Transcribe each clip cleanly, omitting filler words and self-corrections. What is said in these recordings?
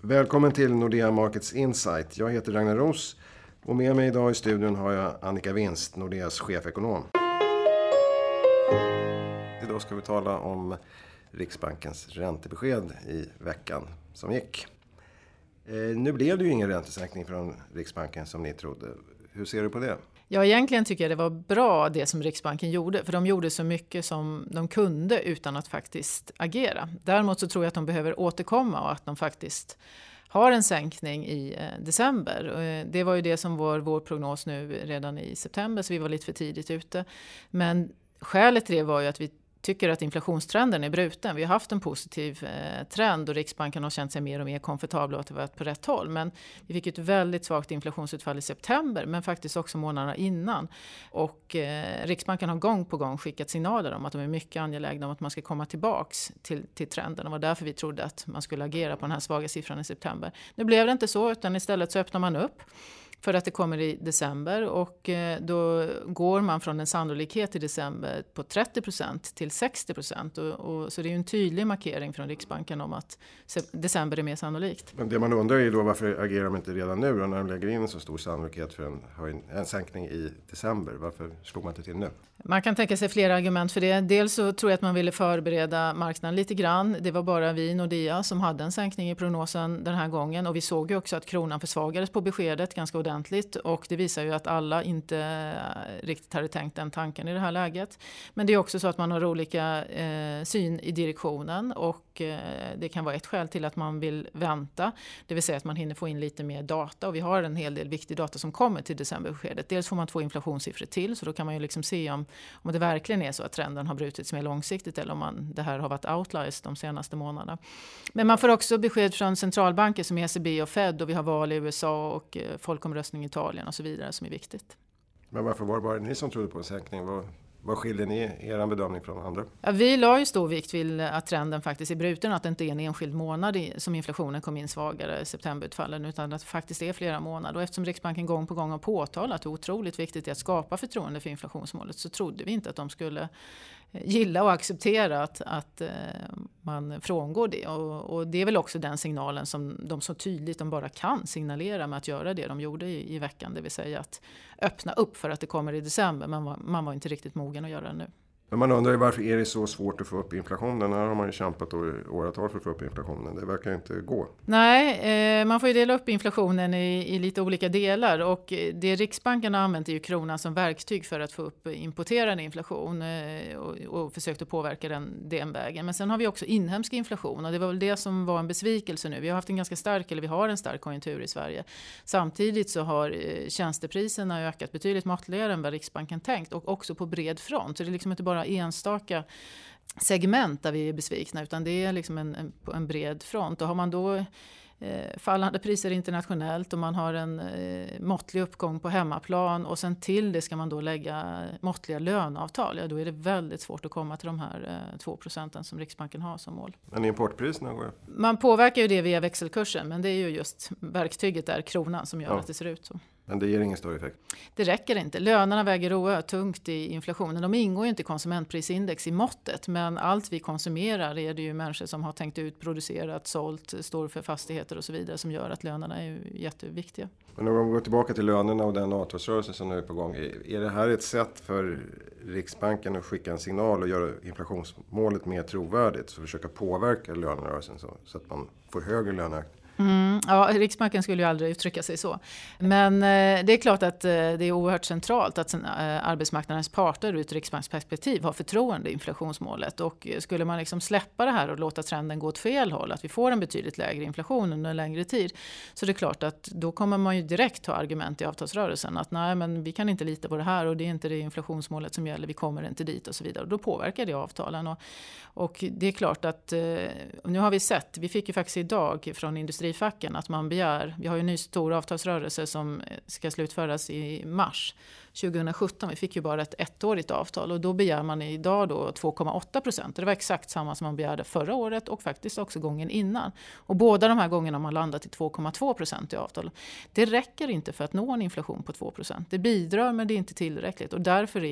Välkommen till Nordea Markets Insight. Jag heter Ragnar Ros och med mig idag i studion har jag Annika Winst, Nordeas chefekonom. Idag ska vi tala om Riksbankens räntebesked i veckan som gick. Nu blev det ju ingen räntesänkning från Riksbanken som ni trodde. Hur ser du på det? Ja, egentligen tycker jag det var bra det som Riksbanken gjorde. För de gjorde så mycket som de kunde utan att faktiskt agera. Däremot så tror jag att de behöver återkomma och att de faktiskt har en sänkning i december. Det var ju det som var vår prognos nu redan i september, så vi var lite för tidigt ute. Men skälet till det var ju att vi tycker att inflationstrenden är bruten. Vi har haft en positiv trend och Riksbanken har känt sig mer och mer komfortabla att det varit på rätt håll. Men vi fick ett väldigt svagt inflationsutfall i september, men faktiskt också månaderna innan. Och Riksbanken har gång på gång skickat signaler om att de är mycket angelägna om att man ska komma tillbaks till trenden. Och var därför vi trodde att man skulle agera på den här svaga siffran i september. Nu blev det inte så, utan istället så öppnar man upp för att det kommer i december, och då går man från en sannolikhet i december på 30% till 60%. Så det är ju en tydlig markering från Riksbanken om att december är mer sannolikt. Men det man undrar är ju då varför agerar de inte redan nu då, när de lägger in en så stor sannolikhet för en sänkning i december? Varför slog man inte till nu? Man kan tänka sig flera argument för det. Dels så tror jag att man ville förbereda marknaden lite grann. Det var bara vi, Nordea, som hade en sänkning i prognosen den här gången. Och vi såg ju också att kronan försvagades på beskedet ganska ordentligt. Och det visar ju att alla inte riktigt hade tänkt den tanken i det här läget. Men det är också så att man har olika syn i direktionen. Och det kan vara ett skäl till att man vill vänta. Det vill säga att man hinner få in lite mer data. Och vi har en hel del viktig data som kommer till decemberbeskedet. Dels får man 2 inflationssiffror till. Så då kan man ju liksom se om det verkligen är så att trenden har brutits mer långsiktigt eller om det här har varit outliers de senaste månaderna. Men man får också besked från centralbanker som ECB och Fed, och vi har val i USA och folkomröstning i Italien och så vidare som är viktigt. Men varför var det bara ni som trodde på en sänkning? Vad skiljer ni er bedömning från andra? Ja, vi la ju stor vikt vid att trenden faktiskt är bruten, att det inte är en enskild månad som inflationen kom in svagare i septemberutfallen, utan att det faktiskt är flera månader. Och eftersom Riksbanken gång på gång har påtalat att det är otroligt viktigt att skapa förtroende för inflationsmålet, så trodde vi inte att de skulle gilla och acceptera att man frångår det. Och det är väl också den signalen som de så tydligt de bara kan signalera med att göra det de gjorde i veckan. Det vill säga att öppna upp för att det kommer i december, men man var inte riktigt mogen att göra det nu. Men man undrar ju varför är det så svårt att få upp inflationen? Här har man ju kämpat i åratal för att få upp inflationen. Det verkar inte gå. Nej, man får ju dela upp inflationen i lite olika delar. Och det Riksbanken har använt är ju kronan som verktyg för att få upp importerad inflation och försökt att påverka den vägen. Men sen har vi också inhemsk inflation, och det var väl det som var en besvikelse nu. Vi har haft en ganska stark, eller vi har en stark konjunktur i Sverige. Samtidigt så har tjänstepriserna ökat betydligt måttligare än vad Riksbanken tänkt, och också på bred front. Så det är liksom inte bara enstaka segment där vi är besvikna, utan det är liksom en bred front. Och har man då fallande priser internationellt och man har en måttlig uppgång på hemmaplan, och sen till det ska man då lägga måttliga löneavtal, ja, då är det väldigt svårt att komma till de här 2% som Riksbanken har som mål. Men importpriserna går? Man påverkar ju det via växelkursen, men det är ju just verktyget där, kronan, som gör att det ser ut så. Men det ger ingen större effekt? Det räcker inte. Lönerna väger oerhört tungt i inflationen. De ingår ju inte i konsumentprisindex i måttet, men allt vi konsumerar är det ju människor som har tänkt ut, producerat, sålt, står för fastigheter och så vidare, som gör att lönerna är ju jätteviktiga. Men om vi går tillbaka till lönerna och den avtalsrörelse som nu är på gång, är det här ett sätt för Riksbanken att skicka en signal och göra inflationsmålet mer trovärdigt, så försöka påverka lönerörelsen så att man får högre löneökning? Ja, Riksbanken skulle ju aldrig uttrycka sig så. Men det är klart att det är oerhört centralt att arbetsmarknadens parter ur ett riksbanksperspektiv har förtroende i inflationsmålet. Och skulle man liksom släppa det här och låta trenden gå åt fel håll, att vi får en betydligt lägre inflation under en längre tid, så det är klart att då kommer man ju direkt ha argument i avtalsrörelsen att nej, men vi kan inte lita på det här och det är inte det inflationsmålet som gäller, vi kommer inte dit och så vidare. Och då påverkar det avtalen. Och det är klart att nu har vi sett, vi fick ju faktiskt idag från industrifacken att man begär, vi har ju en ny stor avtalsrörelse som ska slutföras i mars 2017. Vi fick ju bara ett ettårigt avtal och då begär man idag då 2,8%. Det var exakt samma som man begärde förra året och faktiskt också gången innan. Och båda de här gångerna har man landat i 2,2% i avtal. Det räcker inte för att nå en inflation på 2%. Det bidrar, men det är inte tillräckligt, och därför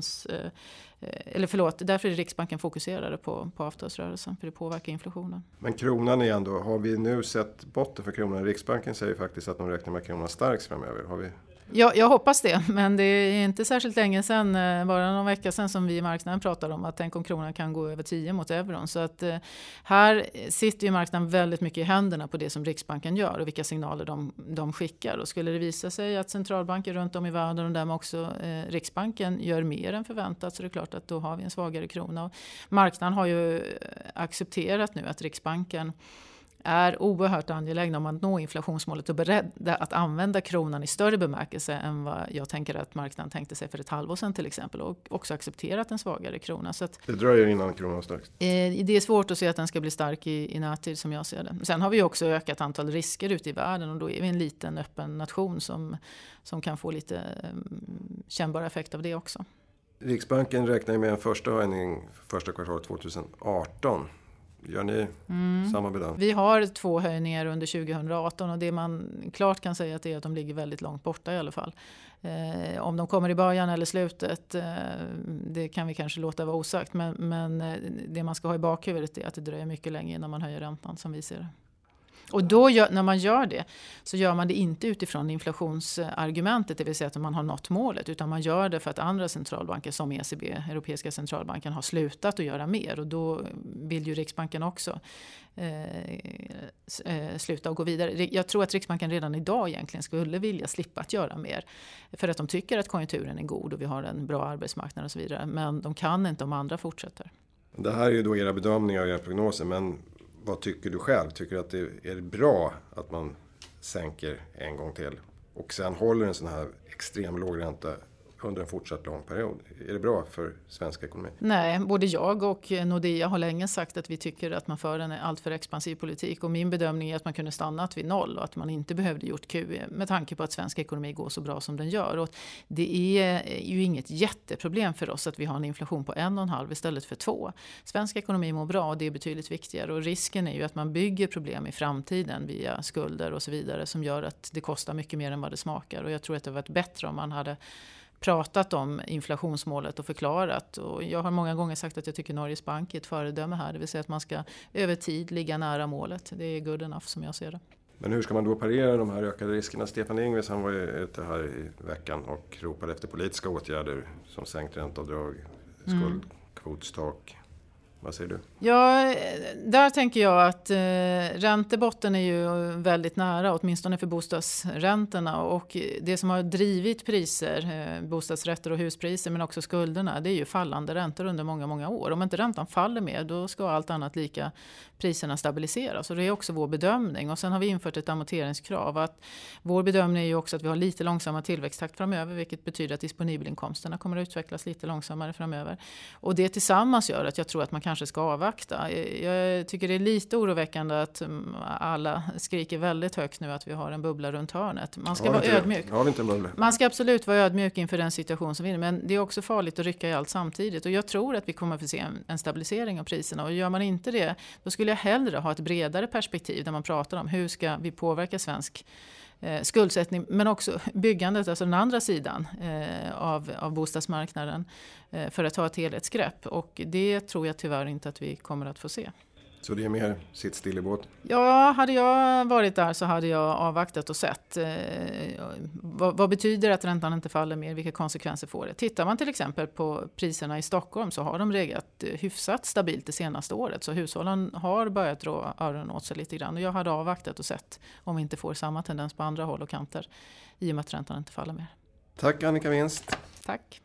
är därför är Riksbanken fokuserade på avtalsrörelsen, för det påverkar inflationen. Men kronan igen då, har vi nu sett sett botten för kronan? Riksbanken säger faktiskt att de räknar med att kronan stärks framöver. Har vi... Ja, jag hoppas det, men det är inte särskilt länge sedan, bara någon vecka sedan som vi i marknaden pratade om att tänk om kronan kan gå över 10 mot euron. Så att här sitter ju marknaden väldigt mycket i händerna på det som Riksbanken gör och vilka signaler de skickar. Och skulle det visa sig att centralbanker runt om i världen och därmed också Riksbanken gör mer än förväntat, så är det klart att då har vi en svagare krona. Och marknaden har ju accepterat nu att Riksbanken är oerhört angelägna om att nå inflationsmålet och beredda att använda kronan i större bemärkelse än vad jag tänker att marknaden tänkte sig för ett halvår sedan till exempel, och också accepterat en svagare krona. Så att, det dröjer innan kronan stärks. Det är svårt att se att den ska bli stark i närtid som jag ser det. Sen har vi också ökat antal risker ute i världen och då är vi en liten öppen nation som kan få lite kännbara effekt av det också. Riksbanken räknar med en första höjning första kvartalet 2018. Gör ni samma bedömning? Vi har 2 höjningar under 2018 och det man klart kan säga är att de ligger väldigt långt borta i alla fall. Om de kommer i början eller slutet, det kan vi kanske låta vara osagt. Men det man ska ha i bakhuvudet är att det dröjer mycket länge innan man höjer räntan som vi ser det. Och då när man gör det så gör man det inte utifrån inflationsargumentet, det vill säga att man har nått målet, utan man gör det för att andra centralbanker som ECB, Europeiska centralbanken, har slutat att göra mer. Och då vill ju Riksbanken också sluta och gå vidare. Jag tror att Riksbanken redan idag egentligen skulle vilja slippa att göra mer. För att de tycker att konjunkturen är god och vi har en bra arbetsmarknad och så vidare. Men de kan inte om andra fortsätter. Det här är ju då era bedömningar och era prognoser, men vad tycker du själv? Tycker du att det är bra att man sänker en gång till och sen håller en sån här extrem låg ränta under en fortsatt lång period? Är det bra för svensk ekonomi? Nej, både jag och Nordea har länge sagt att vi tycker att man för en alltför expansiv politik. Och min bedömning är att man kunde stannat vid 0 och att man inte behövde gjort QE med tanke på att svensk ekonomi går så bra som den gör. Och det är ju inget jätteproblem för oss att vi har en inflation på 1,5 istället för 2. Svensk ekonomi mår bra och det är betydligt viktigare. Och risken är ju att man bygger problem i framtiden via skulder och så vidare som gör att det kostar mycket mer än vad det smakar. Och jag tror att det var bättre om man hade pratat om inflationsmålet och förklarat. Och jag har många gånger sagt att jag tycker Norges Bank är ett föredöme här. Det vill säga att man ska över tid ligga nära målet. Det är good enough som jag ser det. Men hur ska man då parera de här ökade riskerna? Stefan Ingves, han var ju ute här i veckan och ropade efter politiska åtgärder som sänkt ränteavdrag, skuldkvotstak. Vad säger du? Ja, där tänker jag att räntebotten är ju väldigt nära, åtminstone för bostadsräntorna. Och det som har drivit priser, bostadsrätter och huspriser men också skulderna, det är ju fallande räntor under många, många år. Om inte räntan faller mer, då ska allt annat lika priserna stabiliseras. Och det är också vår bedömning. Och sen har vi infört ett amorteringskrav. Att vår bedömning är ju också att vi har lite långsamma tillväxttakt framöver, vilket betyder att disponibelinkomsterna kommer att utvecklas lite långsammare framöver. Och det tillsammans gör att jag tror att man kanske ska avvakta. Jag tycker det är lite oroväckande att alla skriker väldigt högt nu att vi har en bubbla runt hörnet. Man ska vara ödmjuk. Har vi inte en bubbla? Man ska absolut vara ödmjuk inför den situation som vi är, men det är också farligt att rycka i allt samtidigt. Och jag tror att vi kommer att få se en stabilisering av priserna. Och gör man inte det, då skulle jag hellre ha ett bredare perspektiv där man pratar om hur ska vi påverka svensk skuldsättning, men också byggandet, alltså den andra sidan av bostadsmarknaden, för att ta ett helhetsgrepp. Och det tror jag tyvärr inte att vi kommer att få se. Så det är mer sitt still i båt? Ja, hade jag varit där så hade jag avvaktat och sett. Vad betyder att räntan inte faller mer? Vilka konsekvenser får det? Tittar man till exempel på priserna i Stockholm så har de legat hyfsat stabilt det senaste året. Så hushållen har börjat dra öronen åt sig lite grann. Och jag hade avvaktat och sett om vi inte får samma tendens på andra håll och kanter i och med att räntan inte faller mer. Tack Annika Winst. Tack.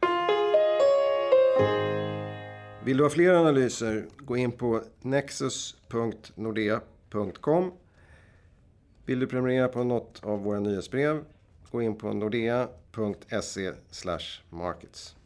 Vill du ha fler analyser, gå in på nexus.nordea.com. Vill du prenumerera på något av våra nyhetsbrev, gå in på nordea.se/markets.